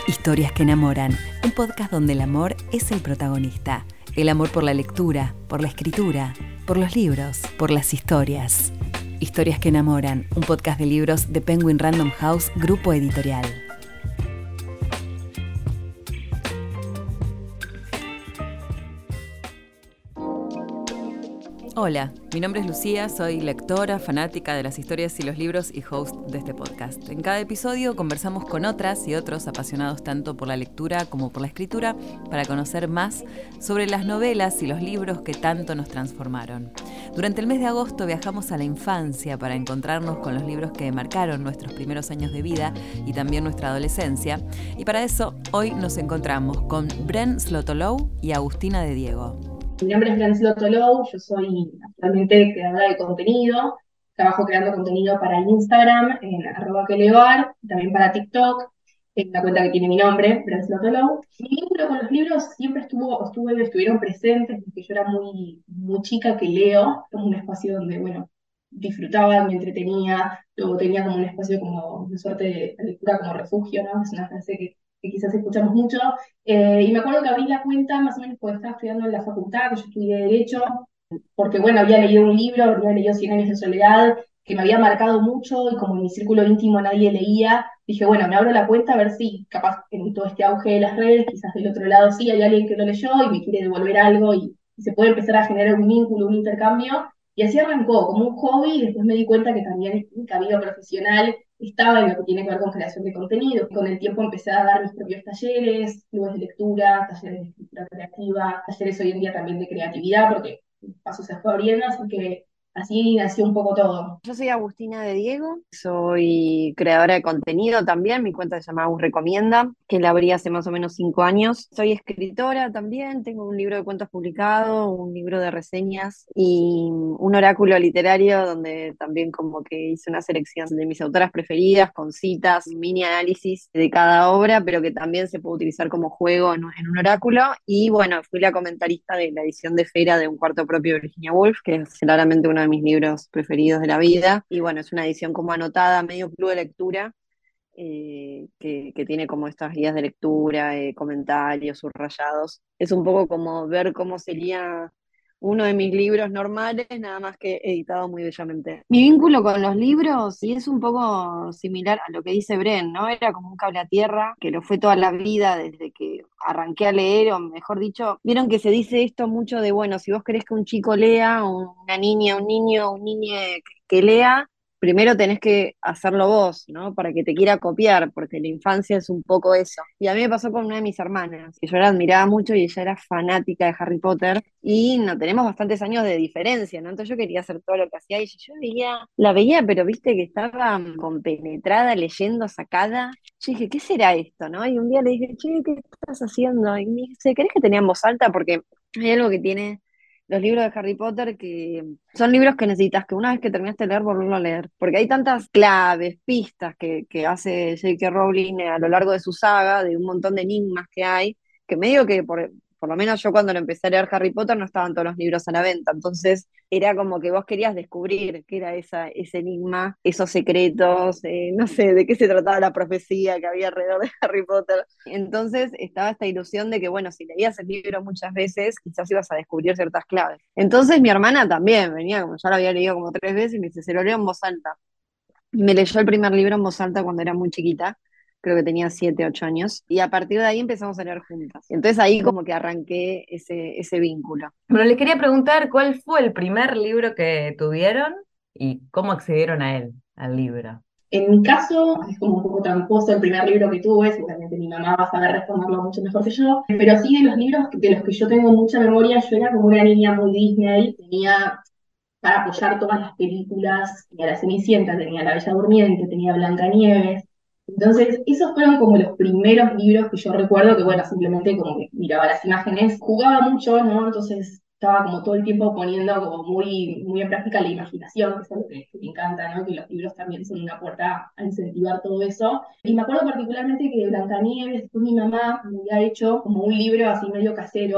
Historias que enamoran, un podcast donde el amor es el protagonista. El amor por la lectura, por la escritura, por los libros, por las historias. Historias que enamoran, un podcast de libros de Penguin Random House, grupo editorial. Hola, mi nombre es Lucía, soy lectora, fanática de las historias y los libros y host de este podcast. En cada episodio conversamos con otras y otros apasionados tanto por la lectura como por la escritura para conocer más sobre las novelas y los libros que tanto nos transformaron. Durante el mes de agosto viajamos a la infancia para encontrarnos con los libros que marcaron nuestros primeros años de vida y también nuestra adolescencia. Y para eso hoy nos encontramos con Bren Slotolow y Agustina de Diego. Mi nombre es Bren Slotolow, yo soy actualmente creadora de contenido, trabajo creando contenido para Instagram, en @quelevar, también para TikTok, en la cuenta que tiene mi nombre, Bren Slotolow. Mi vínculo con los libros siempre estuvieron presentes desde que yo era muy chica que leo, como un espacio donde, bueno, disfrutaba, me entretenía, luego tenía como un espacio como una suerte de lectura como refugio, ¿no? Es una frase que quizás escuchamos mucho, y me acuerdo que abrí la cuenta más o menos cuando estaba estudiando en la facultad, que yo estudié Derecho, porque bueno, había leído un libro, había leído Cien años de soledad, que me había marcado mucho y como en mi círculo íntimo nadie leía, dije, bueno, me abro la cuenta a ver si capaz en todo este auge de las redes, quizás del otro lado sí hay alguien que lo leyó y me quiere devolver algo y se puede empezar a generar un vínculo, un intercambio. Y así arrancó como un hobby y después me di cuenta que también mi camino profesional estaba en lo que tiene que ver con creación de contenido. Con el tiempo empecé a dar mis propios talleres, clubes de lectura, talleres de escritura creativa, talleres hoy en día también de creatividad, porque el paso se fue abriendo, así que así nació un poco todo. Yo soy Agustina de Diego, soy creadora de contenido también, mi cuenta se llama Agus Recomienda, que la abrí hace más o menos 5 años. Soy escritora también, tengo un libro de cuentos publicado, un libro de reseñas y un oráculo literario donde también como que hice una selección de mis autoras preferidas con citas, mini análisis de cada obra, pero que también se puede utilizar como juego en un oráculo. Y bueno, fui la comentarista de la edición de Fera de Un cuarto propio de Virginia Woolf, que es claramente uno de mis libros preferidos de la vida. Y bueno, es una edición como anotada, medio club de lectura, que tiene como estas guías de lectura, comentarios, subrayados. Es un poco como ver cómo sería uno de mis libros normales, nada más que editado muy bellamente. Mi vínculo con los libros, y es un poco similar a lo que dice Bren, ¿no? Era como un cable a tierra, que lo fue toda la vida desde que arranqué a leer, o mejor dicho, vieron que se dice esto mucho de, bueno, si vos querés que un chico lea, una niña, un niño, un niñe que lea, primero tenés que hacerlo vos, ¿no? Para que te quiera copiar, porque la infancia es un poco eso. Y a mí me pasó con una de mis hermanas, que yo la admiraba mucho y ella era fanática de Harry Potter, y no tenemos bastantes años de diferencia, ¿no? Entonces yo quería hacer todo lo que hacía y yo la veía, pero viste que estaba compenetrada, leyendo, sacada. Yo dije, ¿qué será esto, no? Y un día le dije, che, ¿qué estás haciendo? Y me dice, ¿querés que tenía en voz alta? Porque hay algo que tiene los libros de Harry Potter, que son libros que necesitas que una vez que terminaste de leer, volverlo a leer. Porque hay tantas claves, pistas que hace J.K. Rowling a lo largo de su saga, de un montón de enigmas que hay, que medio que por lo menos yo cuando lo empecé a leer Harry Potter no estaban todos los libros a la venta. Entonces era como que vos querías descubrir qué era ese enigma, esos secretos, no sé de qué se trataba la profecía que había alrededor de Harry Potter. Entonces estaba esta ilusión de que, bueno, si leías el libro muchas veces, quizás ibas a descubrir ciertas claves. Entonces mi hermana también venía, como ya lo había leído como 3 veces, y me dice, se lo leo en voz alta. Me leyó el primer libro en voz alta cuando era muy chiquita, creo que tenía 7, 8 años, y a partir de ahí empezamos a leer juntas. Entonces ahí como que arranqué ese vínculo. Bueno, les quería preguntar cuál fue el primer libro que tuvieron y cómo accedieron a él, al libro. En mi caso, es como un poco tramposo el primer libro que tuve, seguramente mi mamá va a saber responderlo mucho mejor que yo, pero sí de los libros de los que yo tengo mucha memoria, yo era como una niña muy Disney, tenía para apoyar todas las películas, tenía La Cenicienta, tenía La Bella Durmiente, tenía Blancanieves. Entonces, esos fueron como los primeros libros que yo recuerdo que, bueno, simplemente como que miraba las imágenes, jugaba mucho, ¿no? Entonces estaba como todo el tiempo poniendo como muy en práctica la imaginación, que es algo que me encanta, ¿no? Que los libros también son una puerta a incentivar todo eso. Y me acuerdo particularmente que Blancanieves, después mi mamá me había hecho como un libro así medio casero,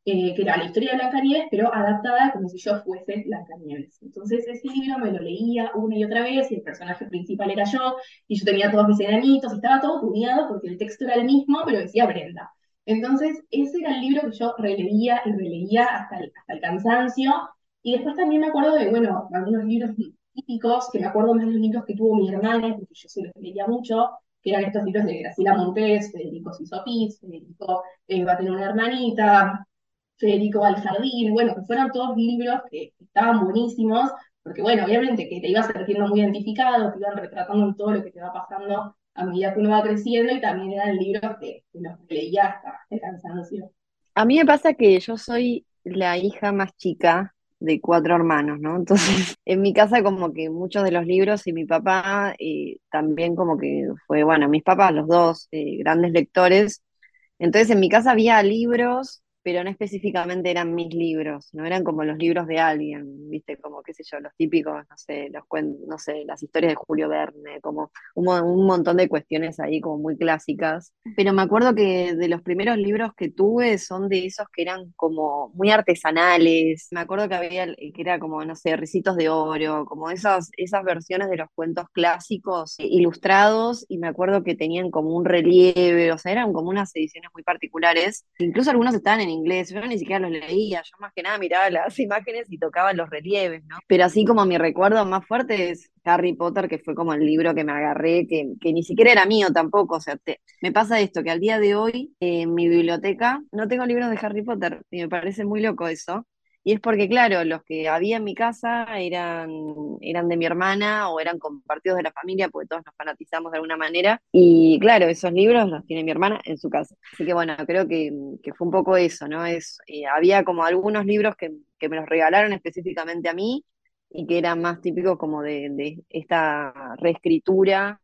que era la historia de Blancanieves, pero adaptada como si yo fuese Blancanieves. Entonces ese libro me lo leía una y otra vez, y el personaje principal era yo, y yo tenía todos mis enanitos, y estaba todo tuneado porque el texto era el mismo, pero decía Brenda. Entonces ese era el libro que yo releía y releía hasta el cansancio, y después también me acuerdo de, bueno, algunos libros típicos, que me acuerdo más de los libros que tuvo mi hermana, porque yo se los leía mucho, que eran estos libros de Graciela Montes, Federico Sisopis, Federico va a tener una hermanita, Federico al jardín, bueno, que fueron todos libros que estaban buenísimos, porque bueno, obviamente que te ibas sintiendo muy identificado, te iban retratando en todo lo que te va pasando a medida que uno va creciendo, y también eran libros que los leía hasta el cansancio. A mí me pasa que yo soy la hija más chica de 4 hermanos, ¿no? Entonces, en mi casa como que muchos de los libros y mi papá también como que fue, bueno, mis papás, los dos, grandes lectores. Entonces en mi casa había libros, pero no específicamente eran mis libros, no eran como los libros de alguien, viste, como qué sé yo, los típicos, no sé, no sé, las historias de Julio Verne, como un montón de cuestiones ahí como muy clásicas. Pero me acuerdo que de los primeros libros que tuve son de esos que eran como muy artesanales. Me acuerdo que había que era como, no sé, Ricitos de Oro, como esas versiones de los cuentos clásicos ilustrados, y me acuerdo que tenían como un relieve, o sea, eran como unas ediciones muy particulares. Incluso algunos estaban en inglés, yo ni siquiera los leía, yo más que nada miraba las imágenes y tocaba los relieves, ¿no? Pero así como mi recuerdo más fuerte es Harry Potter, que fue como el libro que me agarré, que ni siquiera era mío tampoco, o sea, me pasa esto, que al día de hoy en mi biblioteca no tengo libros de Harry Potter, y me parece muy loco eso. Y es porque, claro, los que había en mi casa eran de mi hermana o eran compartidos de la familia, porque todos nos fanatizamos de alguna manera. Y claro, esos libros los tiene mi hermana en su casa. Así que bueno, creo que fue un poco eso, ¿no? Había como algunos libros que me los regalaron específicamente a mí y que eran más típicos como de esta reescritura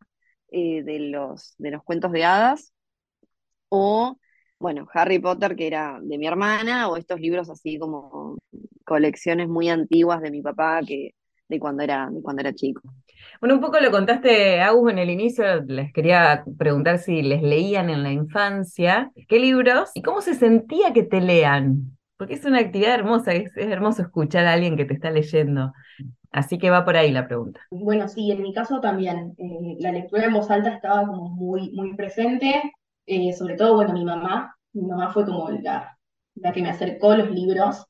de los cuentos de hadas, o, bueno, Harry Potter, que era de mi hermana, o estos libros así como colecciones muy antiguas de mi papá, de cuando era chico. Bueno, un poco lo contaste, Agus, en el inicio. Les quería preguntar si les leían en la infancia, qué libros y cómo se sentía que te lean, porque es una actividad hermosa, es hermoso escuchar a alguien que te está leyendo. Así que va por ahí la pregunta. Bueno, sí, en mi caso también, la lectura en voz alta estaba como muy, muy presente, sobre todo, bueno, mi mamá fue como la que me acercó los libros.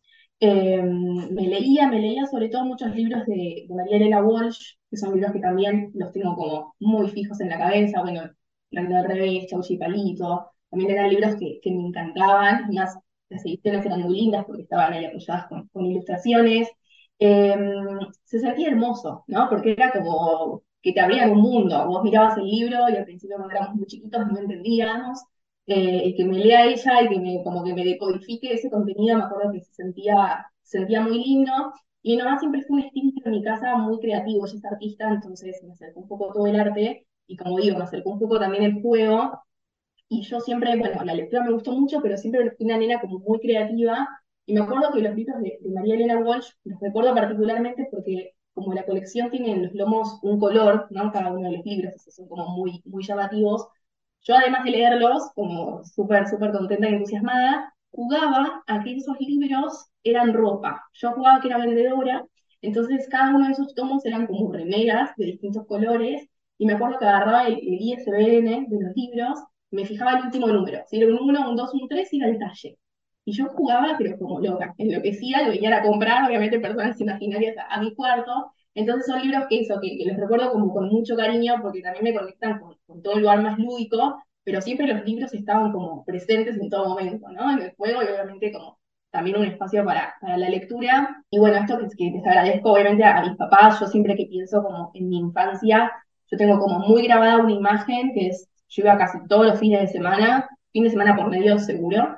Me leía sobre todo muchos libros de María Elena Walsh, que son libros que también los tengo como muy fijos en la cabeza, bueno, Reino del Revés, Chauchi y Palito, también eran libros que me encantaban, más las ediciones eran muy lindas porque estaban ahí apoyadas con ilustraciones. eh, Se sentía hermoso, ¿no? Porque era como que te abrían un mundo. Vos mirabas el libro y al principio cuando éramos muy chiquitos no entendíamos, y que me lea ella y que como que me decodifique ese contenido, me acuerdo que se sentía muy lindo. Y mi mamá siempre fue un espíritu en mi casa muy creativo, ella es artista, entonces me acercó un poco todo el arte, y como digo, me acercó un poco también el juego, y yo siempre, bueno, la lectura me gustó mucho, pero siempre fui una nena como muy creativa. Y me acuerdo que los libros de María Elena Walsh los recuerdo particularmente porque como la colección tiene en los lomos un color, ¿no? Cada uno de los libros, esos son como muy, muy llamativos. Yo además de leerlos, como súper, súper contenta y entusiasmada, jugaba a que esos libros eran ropa. Yo jugaba que era vendedora, entonces cada uno de esos tomos eran como remeras de distintos colores, y me acuerdo que agarraba el ISBN de los libros, me fijaba el último número, si era un 1, un 2, un 3, iba al talle. Y yo jugaba, pero como loca, enloquecía, lo venían a comprar, obviamente personas imaginarias a mi cuarto. Entonces son libros que los recuerdo como con mucho cariño, porque también me conectan con todo el lugar más lúdico, pero siempre los libros estaban como presentes en todo momento, ¿no? En el juego, y obviamente como también un espacio para la lectura. Y bueno, esto que les agradezco obviamente a mis papás. Yo siempre que pienso como en mi infancia, yo tengo como muy grabada una imagen que es, yo iba casi todos los fines de semana, fin de semana por medio seguro,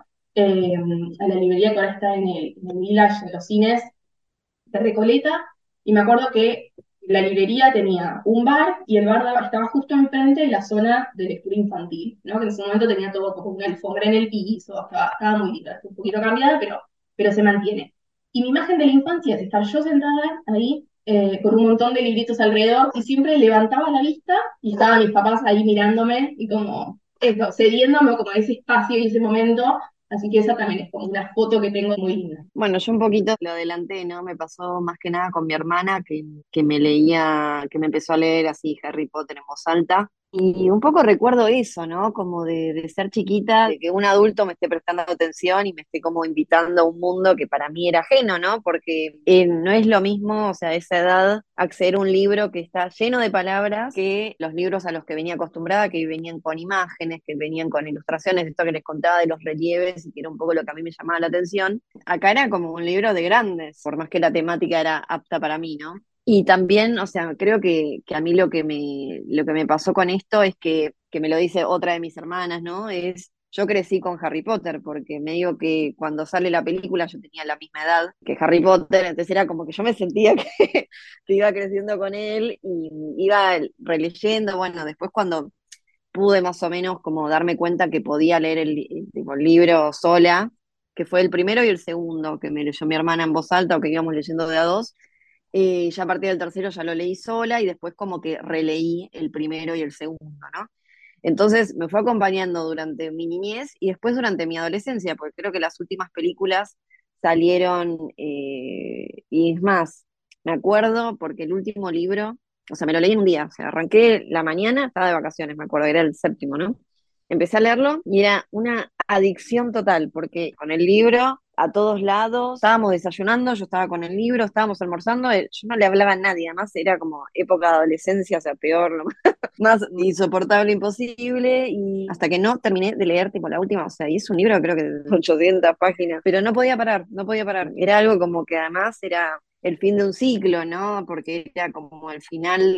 a la librería que ahora está en el Village de los cines de Recoleta, y me acuerdo que la librería tenía un bar, y el bar estaba justo enfrente de la zona de lectura infantil, ¿no? Que en ese momento tenía todo como una alfombra en el piso, estaba muy lindo, está un poquito cambiada, pero se mantiene. Y mi imagen de la infancia es estar yo sentada ahí, con un montón de libritos alrededor, y siempre levantaba la vista y estaban mis papás ahí mirándome y como eso, cediéndome como ese espacio y ese momento Así que esa también es como una foto que tengo muy linda. Bueno, yo un poquito lo adelanté, ¿no? Me pasó más que nada con mi hermana que me leía, que me empezó a leer así Harry Potter en voz alta. Y un poco recuerdo eso, ¿no? Como de ser chiquita, de que un adulto me esté prestando atención y me esté como invitando a un mundo que para mí era ajeno, ¿no? Porque no es lo mismo, o sea, a esa edad, acceder a un libro que está lleno de palabras que los libros a los que venía acostumbrada, que venían con imágenes, que venían con ilustraciones, esto que les contaba de los relieves y que era un poco lo que a mí me llamaba la atención. Acá era como un libro de grandes, por más que la temática era apta para mí, ¿no? Y también, o sea, creo que a mí lo que me pasó con esto es que me lo dice otra de mis hermanas, ¿no? Es, yo crecí con Harry Potter, porque me digo que cuando sale la película yo tenía la misma edad que Harry Potter, entonces era como que yo me sentía que iba creciendo con él y iba releyendo, bueno, después cuando pude más o menos como darme cuenta que podía leer tipo, el libro sola, que fue el primero y el segundo, que me leyó mi hermana en voz alta o que íbamos leyendo de a dos. Ya a partir del tercero ya lo leí sola y después como que releí el primero y el segundo, ¿no? Entonces me fue acompañando durante mi niñez y después durante mi adolescencia, porque creo que las últimas películas salieron, y es más, me acuerdo porque el último libro, o sea, me lo leí en un día, o sea, arranqué la mañana, estaba de vacaciones, me acuerdo, era el séptimo, ¿no? Empecé a leerlo y era una adicción total, porque con el libro a todos lados, estábamos desayunando, yo estaba con el libro, estábamos almorzando, yo no le hablaba a nadie, además era como época de adolescencia, o sea, peor, lo más insoportable, imposible, y hasta que no terminé de leer tipo la última, o sea, y es un libro creo que de 800 páginas, pero no podía parar, no podía parar, era algo como que además era el fin de un ciclo, ¿no? Porque era como el final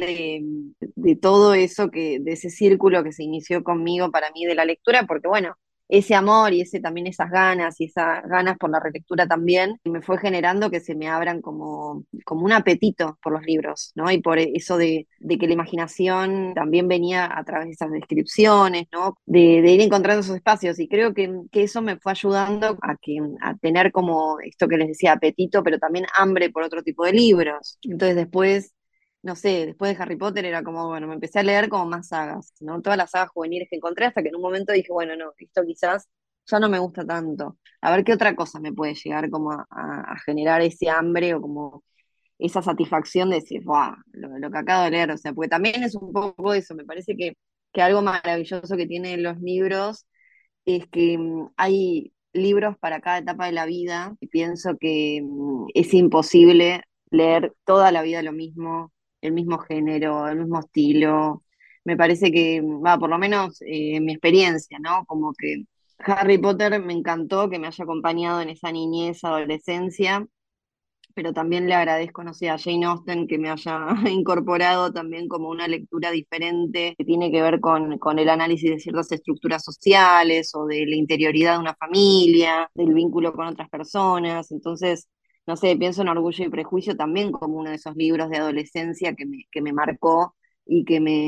de todo eso, de ese círculo que se inició conmigo para mí de la lectura, porque bueno, ese amor y ese también esas ganas y esas ganas por la relectura también, me fue generando que se me abran como un apetito por los libros, ¿no? Y por eso de que la imaginación también venía a través de esas descripciones, ¿no? De ir encontrando esos espacios y creo que eso me fue ayudando a tener como esto que les decía, apetito, pero también hambre por otro tipo de libros. Entonces después no sé, después de Harry Potter era como, bueno, me empecé a leer como más sagas, ¿no? Todas las sagas juveniles que encontré hasta que en un momento dije, bueno, no, esto quizás ya no me gusta tanto. A ver qué otra cosa me puede llegar como a generar ese hambre o como esa satisfacción de decir, wow, lo que acabo de leer, o sea, porque también es un poco eso, me parece que algo maravilloso que tienen los libros es que hay libros para cada etapa de la vida y pienso que es imposible leer toda la vida lo mismo, el mismo género, el mismo estilo. Me parece que, va, por lo menos en mi experiencia, ¿no? Como que Harry Potter me encantó que me haya acompañado en esa niñez, adolescencia, pero también le agradezco, no sé, a Jane Austen que me haya incorporado también como una lectura diferente que tiene que ver con el análisis de ciertas estructuras sociales o de la interioridad de una familia, del vínculo con otras personas. Entonces, no sé, pienso en Orgullo y Prejuicio también como uno de esos libros de adolescencia que me marcó y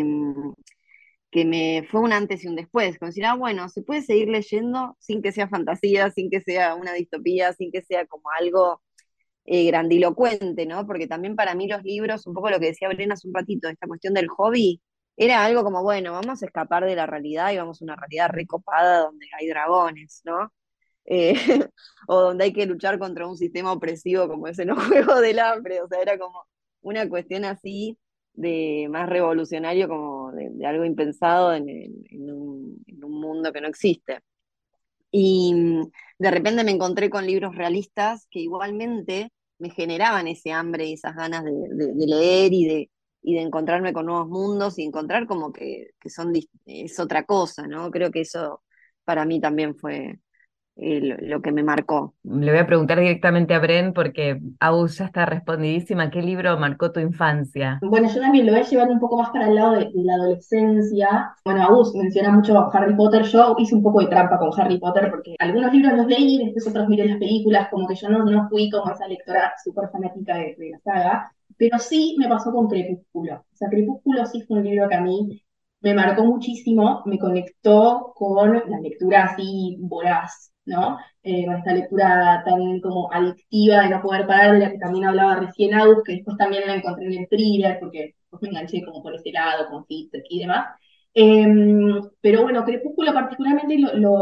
que me fue un antes y un después, como decir, bueno, se puede seguir leyendo sin que sea fantasía, sin que sea una distopía, sin que sea como algo grandilocuente, ¿no? Porque también para mí los libros, un poco lo que decía Brena hace un ratito, esta cuestión del hobby, era algo como, bueno, vamos a escapar de la realidad y vamos a una realidad recopada donde hay dragones, ¿no? Eh, o donde hay que luchar contra un sistema opresivo como es en los Juegos del Hambre, o sea, era como una cuestión así de más revolucionario, como de algo impensado en un mundo que no existe. Y de repente me encontré con libros realistas que igualmente me generaban ese hambre y esas ganas de leer y de encontrarme con nuevos mundos y encontrar como que es otra cosa, ¿no? Creo que eso para mí también fue lo que me marcó. Le voy a preguntar directamente a Bren porque Agus ya está respondidísima. ¿Qué libro marcó tu infancia? Bueno, yo también lo voy a llevar un poco más para el lado de la adolescencia. Bueno, Agus menciona mucho Harry Potter. Yo hice un poco de trampa con Harry Potter porque algunos libros los leí, después otros miré las películas, como que yo no fui como esa lectora súper fanática de la saga. Pero sí me pasó con Crepúsculo. O sea, Crepúsculo sí fue un libro que a mí me marcó muchísimo, me conectó con la lectura así voraz, ¿no? Con esta lectura tan como adictiva de no poder parar, de la que también hablaba recién Agus, que después también la encontré en el thriller, porque después me enganché como por ese lado, con Fitzek y demás. Pero bueno, Crepúsculo particularmente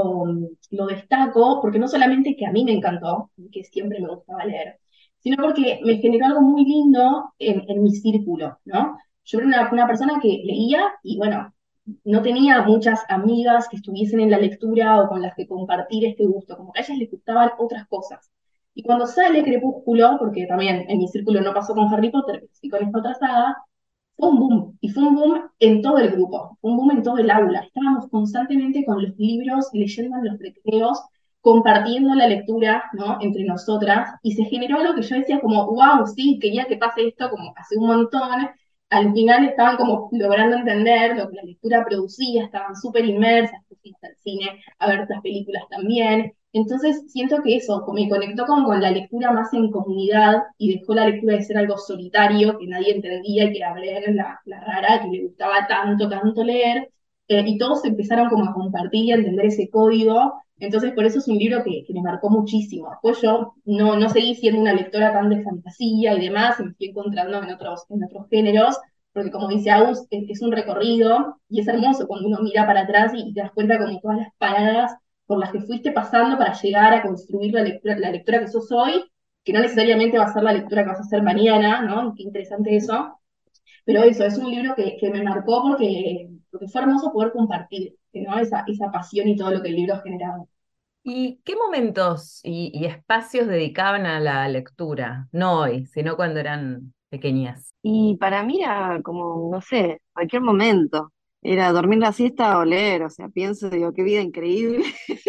lo destaco porque no solamente que a mí me encantó, que siempre me gustaba leer, sino porque me generó algo muy lindo en mi círculo, ¿no? Yo era una persona que leía y bueno, no tenía muchas amigas que estuviesen en la lectura o con las que compartir este gusto, como que a ellas les gustaban otras cosas. Y cuando sale Crepúsculo, porque también en mi círculo no pasó con Harry Potter, pero sí con esta otra saga, fue un boom, y fue un boom en todo el grupo, fue un boom en todo el aula. Estábamos constantemente con los libros, leyendo en los recreos, compartiendo la lectura, ¿no? Entre nosotras, y se generó algo que yo decía como, wow, sí, quería que pase esto como hace un montón. Al final estaban como logrando entender lo que la lectura producía, estaban súper inmersas, fuiste al cine a ver las películas también. Entonces siento que eso me conectó como con la lectura más en comunidad y dejó la lectura de ser algo solitario que nadie entendía y que era Blair la rara que le gustaba tanto, tanto leer. Y todos empezaron como a compartir y a entender ese código. Entonces por eso es un libro que me marcó muchísimo. Después yo no seguí siendo una lectora tan de fantasía y demás, y me fui encontrando en otros géneros, porque como dice Agus, es un recorrido y es hermoso cuando uno mira para atrás y te das cuenta como todas las paradas por las que fuiste pasando para llegar a construir la lectura que sos hoy, que no necesariamente va a ser la lectura que vas a hacer mañana, ¿no? Qué interesante eso. Pero eso, es un libro que me marcó porque fue hermoso poder compartir, ¿no? Esa pasión y todo lo que el libro generaba. ¿Y qué momentos y espacios dedicaban a la lectura? No hoy, sino cuando eran pequeñas. Y para mí era como, no sé, cualquier momento. Era dormir la siesta o leer, o sea, pienso, digo, qué vida increíble,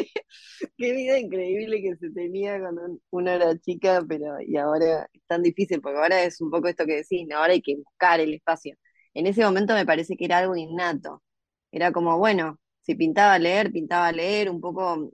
qué vida increíble que se tenía cuando uno era chica, pero y ahora es tan difícil, porque ahora es un poco esto que decís, ¿no? Ahora hay que buscar el espacio. En ese momento me parece que era algo innato. Era como, bueno, si pintaba leer un poco.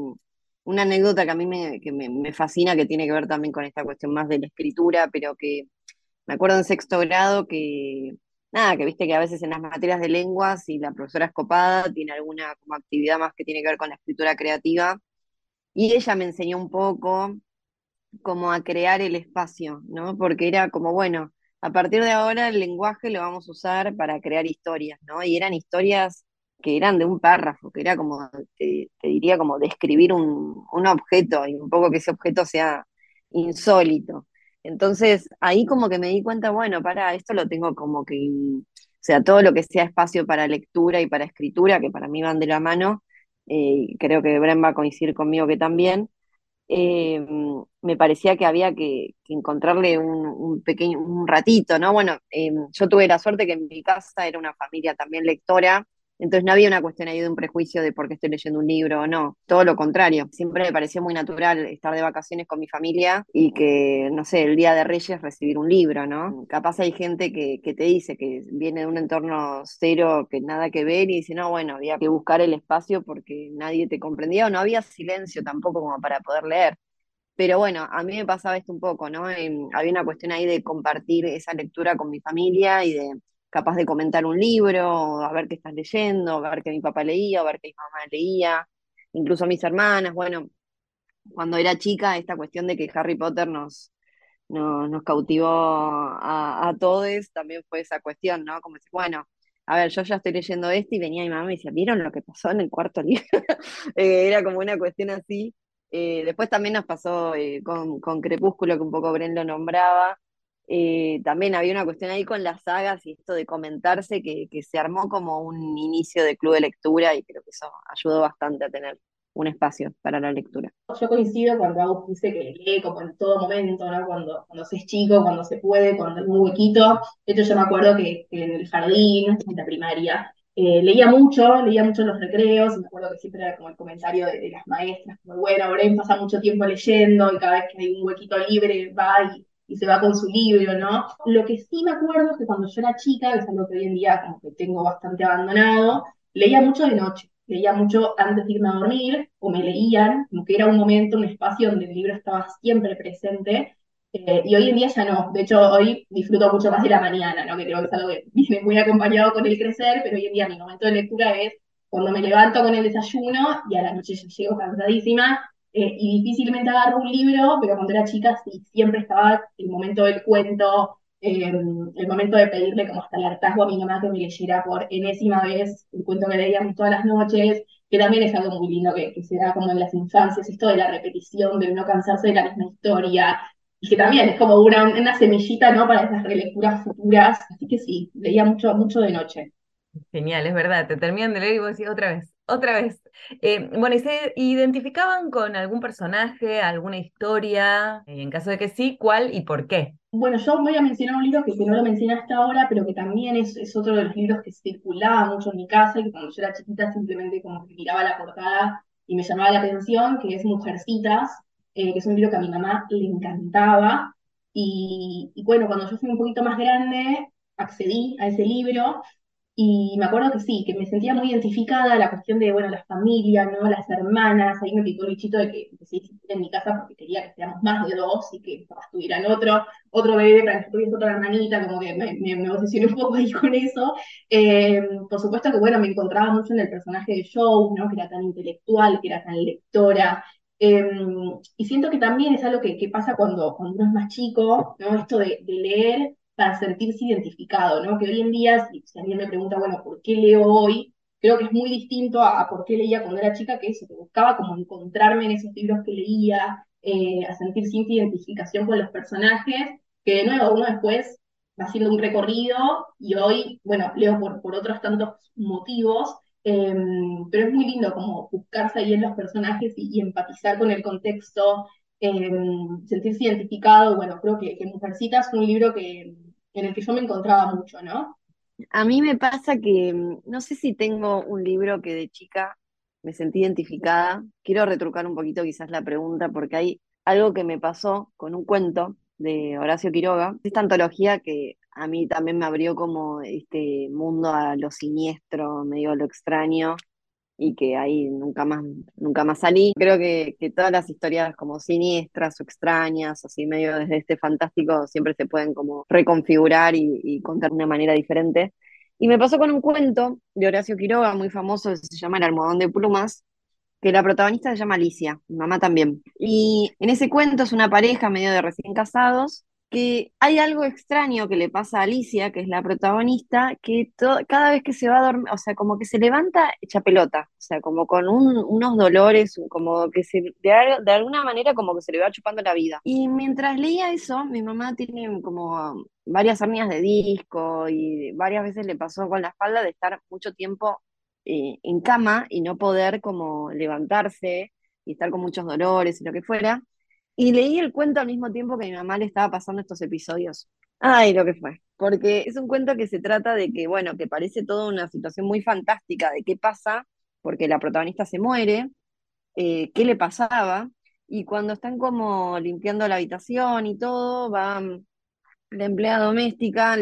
Una anécdota que a mí me fascina, que tiene que ver también con esta cuestión más de la escritura, pero que me acuerdo en sexto grado que, nada, que viste que a veces en las materias de lenguas, si la profesora es copada, tiene alguna como actividad más que tiene que ver con la escritura creativa, y ella me enseñó un poco como a crear el espacio, ¿no? Porque era como, bueno, a partir de ahora el lenguaje lo vamos a usar para crear historias, ¿no? Y eran historias que eran de un párrafo, que era como, te diría como describir un objeto y un poco que ese objeto sea insólito. Entonces, ahí como que me di cuenta, bueno, para esto lo tengo como que, o sea, todo lo que sea espacio para lectura y para escritura, que para mí van de la mano, creo que Bren va a coincidir conmigo que también, eh, me parecía que había que encontrarle un pequeño, un ratito, ¿no? Bueno, yo tuve la suerte que en mi casa era una familia también lectora, entonces no había una cuestión ahí de un prejuicio de por qué estoy leyendo un libro o no, todo lo contrario, siempre me pareció muy natural estar de vacaciones con mi familia y que, no sé, el Día de Reyes recibir un libro, ¿no? Capaz hay gente que te dice que viene de un entorno cero, que nada que ver y dice, no, bueno, había que buscar el espacio porque nadie te comprendía o no había silencio tampoco como para poder leer. Pero bueno, a mí me pasaba esto un poco, ¿no? Había una cuestión ahí de compartir esa lectura con mi familia y de capaz de comentar un libro, a ver qué estás leyendo, a ver qué mi papá leía, a ver qué mi mamá leía, incluso mis hermanas. Bueno, cuando era chica, esta cuestión de que Harry Potter nos cautivó a todos, también fue esa cuestión, ¿no? Como decir, bueno, a ver, yo ya estoy leyendo esto y venía mi mamá y me decía, ¿vieron lo que pasó en el cuarto libro? Era como una cuestión así. Después también nos pasó con Crepúsculo, que un poco Bren lo nombraba. También había una cuestión ahí con las sagas y esto de comentarse que se armó como un inicio de club de lectura y creo que eso ayudó bastante a tener un espacio para la lectura. Yo coincido cuando Agus dice que lee como en todo momento, ¿no? Cuando se es chico, cuando se puede, cuando hay un huequito. De hecho, yo me acuerdo que en el jardín, en la primaria, leía mucho en los recreos, y me acuerdo que siempre era como el comentario de las maestras, como, bueno, Bren pasa mucho tiempo leyendo y cada vez que hay un huequito libre va y se va con su libro, ¿no? Lo que sí me acuerdo es que cuando yo era chica, que es algo que hoy en día como que tengo bastante abandonado, leía mucho de noche, leía mucho antes de irme a dormir, o me leían, como que era un momento, un espacio donde el libro estaba siempre presente, y hoy en día ya no. De hecho, hoy disfruto mucho más de la mañana, ¿no? Que creo que es algo que viene muy acompañado con el crecer, pero hoy en día mi momento de lectura es cuando me levanto con el desayuno y a la noche yo llego cansadísima, y difícilmente agarro un libro, pero cuando era chica sí, siempre estaba el momento del cuento, el momento de pedirle como hasta el hartazgo a mi mamá que me leyera por enésima vez el cuento que leíamos todas las noches, que también es algo muy lindo que se da como en las infancias, esto de la repetición, de no cansarse de la misma historia, y que también es como una semillita, ¿no? Para esas relecturas futuras, así que sí, leía mucho, mucho de noche. Genial, es verdad, te terminan de leer y vos decís otra vez, otra vez. Bueno, ¿y se identificaban con algún personaje, alguna historia? En caso de que sí, ¿cuál y por qué? Bueno, yo voy a mencionar un libro que no lo mencioné hasta ahora, pero que también es otro de los libros que circulaba mucho en mi casa y que cuando yo era chiquita simplemente como que miraba la portada y me llamaba la atención, que es Mujercitas, que es un libro que a mi mamá le encantaba. Y bueno, cuando yo fui un poquito más grande, accedí a ese libro y me acuerdo que sí, que me sentía muy identificada la cuestión de, bueno, la familia, ¿no? Las hermanas, ahí me picó el bichito de que empecé a insistir en mi casa porque quería que seamos más de dos y que papás tuvieran otro bebé para que yo tuviese otra hermanita, como que me obsesioné un poco ahí con eso. Por supuesto que, bueno, me encontraba mucho en el personaje de Joe, ¿no? Que era tan intelectual, que era tan lectora. Eh, y siento que también es algo que pasa cuando uno es más chico, ¿no? Esto de leer para sentirse identificado, ¿no? Que hoy en día, si alguien me pregunta, bueno, ¿por qué leo hoy? Creo que es muy distinto a por qué leía cuando era chica, que eso, que buscaba como encontrarme en esos libros que leía, a sentir cierta identificación con los personajes, que de nuevo uno después va haciendo un recorrido y hoy, bueno, leo por otros tantos motivos, eh, pero es muy lindo como buscarse ahí en los personajes y empatizar con el contexto, eh, sentirse identificado. Bueno, creo que Mujercitas fue un libro en el que yo me encontraba mucho, ¿no? A mí me pasa que no sé si tengo un libro que de chica me sentí identificada. Quiero retrucar un poquito quizás la pregunta porque hay algo que me pasó con un cuento de Horacio Quiroga, esta antología que a mí también me abrió como este mundo a lo siniestro, medio a lo extraño, y que ahí nunca más salí. Creo que todas las historias como siniestras o extrañas, así medio desde este fantástico, siempre se pueden como reconfigurar y contar de una manera diferente. Y me pasó con un cuento de Horacio Quiroga, muy famoso, que se llama El almohadón de plumas, que la protagonista se llama Alicia, mi mamá también. Y en ese cuento es una pareja medio de recién casados, que hay algo extraño que le pasa a Alicia, que es la protagonista, que cada vez que se va a dormir, o sea, como que se levanta hecha pelota, o sea, como con unos dolores, como que de alguna manera como que se le va chupando la vida. Y mientras leía eso, mi mamá tiene como varias hernias de disco y varias veces le pasó con la espalda de estar mucho tiempo en cama y no poder como levantarse y estar con muchos dolores y lo que fuera. Y leí el cuento al mismo tiempo que mi mamá le estaba pasando estos episodios. Ay, lo que fue. Porque es un cuento que se trata de que, bueno, que parece toda una situación muy fantástica de qué pasa, porque la protagonista se muere, qué le pasaba, y cuando están como limpiando la habitación y todo, va la empleada doméstica,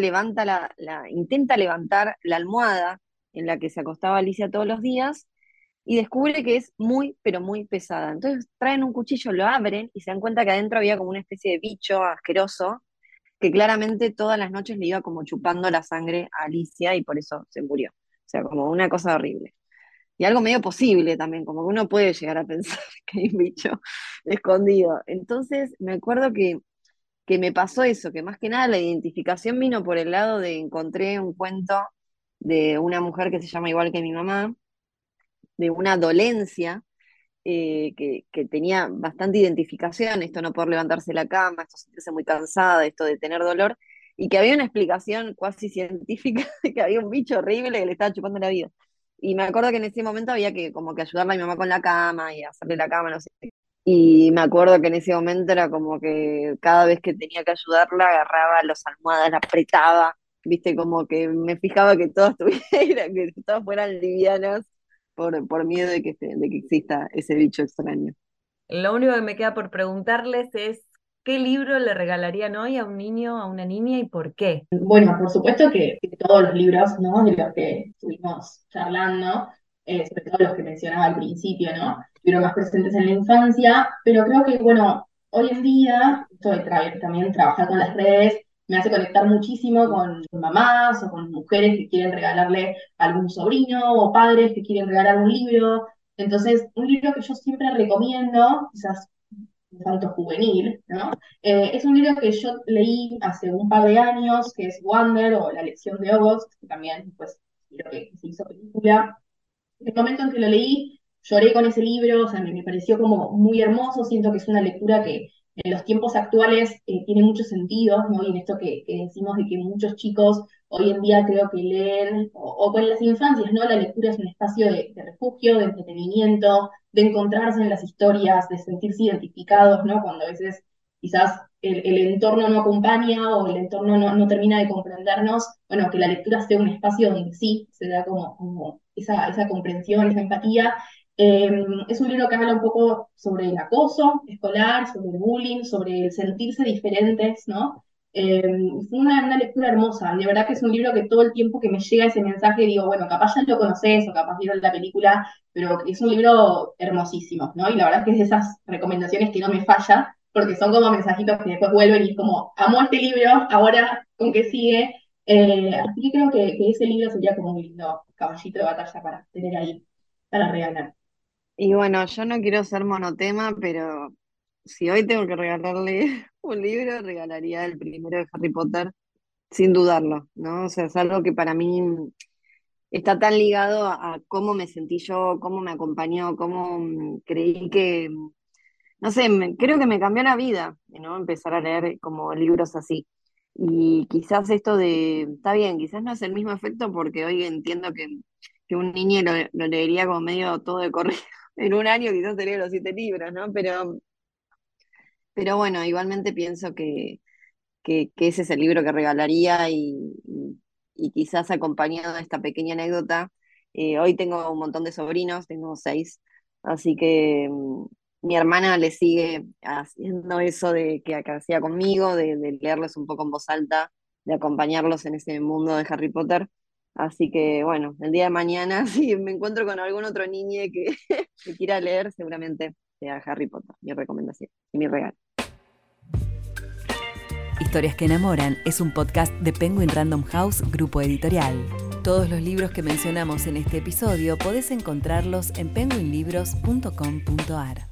intenta levantar la almohada en la que se acostaba Alicia todos los días y descubre que es muy, pero muy pesada. Entonces traen un cuchillo, lo abren y se dan cuenta que adentro había como una especie de bicho asqueroso que claramente todas las noches le iba como chupando la sangre a Alicia y por eso se murió. O sea, como una cosa horrible. Y algo medio posible también, como que uno puede llegar a pensar que hay un bicho escondido. Entonces me acuerdo que me pasó eso, que más que nada la identificación vino por el lado de encontré un cuento de una mujer que se llama igual que mi mamá, de una dolencia que tenía bastante identificación, esto no poder levantarse de la cama, esto sentirse muy cansada, esto de tener dolor, y que había una explicación cuasi científica de que había un bicho horrible que le estaba chupando la vida. Y me acuerdo que en ese momento había que como que ayudarla a mi mamá con la cama y hacerle la cama, no sé. Y me acuerdo que en ese momento era como que cada vez que tenía que ayudarla, agarraba las almohadas, la apretaba, viste, como que me fijaba que todas tuvieran, que todas fueran livianas por miedo de que exista ese bicho extraño. Lo único que me queda por preguntarles es, ¿qué libro le regalarían hoy a un niño, a una niña y por qué? Bueno, por supuesto que todos los libros, ¿no? De los que estuvimos charlando, sobre todo los que mencionaba al principio, ¿no? Libros más presentes en la infancia, pero creo que, bueno, hoy en día, esto de también trabajar con las redes, me hace conectar muchísimo con mamás o con mujeres que quieren regalarle a algún sobrino o padres que quieren regalar un libro. Entonces, un libro que yo siempre recomiendo, quizás infanto-juvenil, ¿no? Es un libro que yo leí hace un par de años, que es Wonder o La lección de August, que también pues, creo que se hizo película. En el momento en que lo leí, lloré con ese libro, o sea, me pareció como muy hermoso, siento que es una lectura que en los tiempos actuales tiene mucho sentido, ¿no? Y en esto que decimos de que muchos chicos hoy en día creo que leen, o con las infancias, ¿no? La lectura es un espacio de refugio, de entretenimiento, de encontrarse en las historias, de sentirse identificados, ¿no? Cuando a veces quizás el entorno no acompaña o el entorno no termina de comprendernos, bueno, que la lectura sea un espacio donde sí se da como esa comprensión, esa empatía. Es un libro que habla un poco sobre el acoso escolar, sobre el bullying, sobre el sentirse diferentes, ¿no? Fue una lectura hermosa, de verdad que es un libro que todo el tiempo que me llega ese mensaje digo, bueno, capaz ya lo conoces o capaz vieron la película, pero es un libro hermosísimo, ¿no? Y la verdad que es de esas recomendaciones que no me falla, porque son como mensajitos que después vuelven y es como, amo este libro, ahora con qué sigue. Así que creo que ese libro sería como un lindo caballito de batalla para tener ahí, para regalar. Y bueno, yo no quiero ser monotema, pero si hoy tengo que regalarle un libro, regalaría el primero de Harry Potter, sin dudarlo, ¿no? O sea, es algo que para mí está tan ligado a cómo me sentí yo, cómo me acompañó, cómo creí que, no sé, creo que me cambió la vida, ¿no? Empezar a leer como libros así. Y quizás esto de, está bien, quizás no es el mismo efecto porque hoy entiendo que un niño lo leería como medio todo de corrido. En un año quizás se lee los 7 libros, ¿no? Pero bueno, igualmente pienso que ese es el libro que regalaría y quizás acompañado de esta pequeña anécdota. Hoy tengo un montón de sobrinos, tengo 6, así que mi hermana le sigue haciendo eso de que hacía conmigo, de leerles un poco en voz alta, de acompañarlos en ese mundo de Harry Potter. Así que bueno, el día de mañana, si me encuentro con algún otro niño que quiera leer, seguramente sea Harry Potter, mi recomendación y mi regalo. Historias que enamoran es un podcast de Penguin Random House, grupo editorial. Todos los libros que mencionamos en este episodio podés encontrarlos en penguinlibros.com.ar.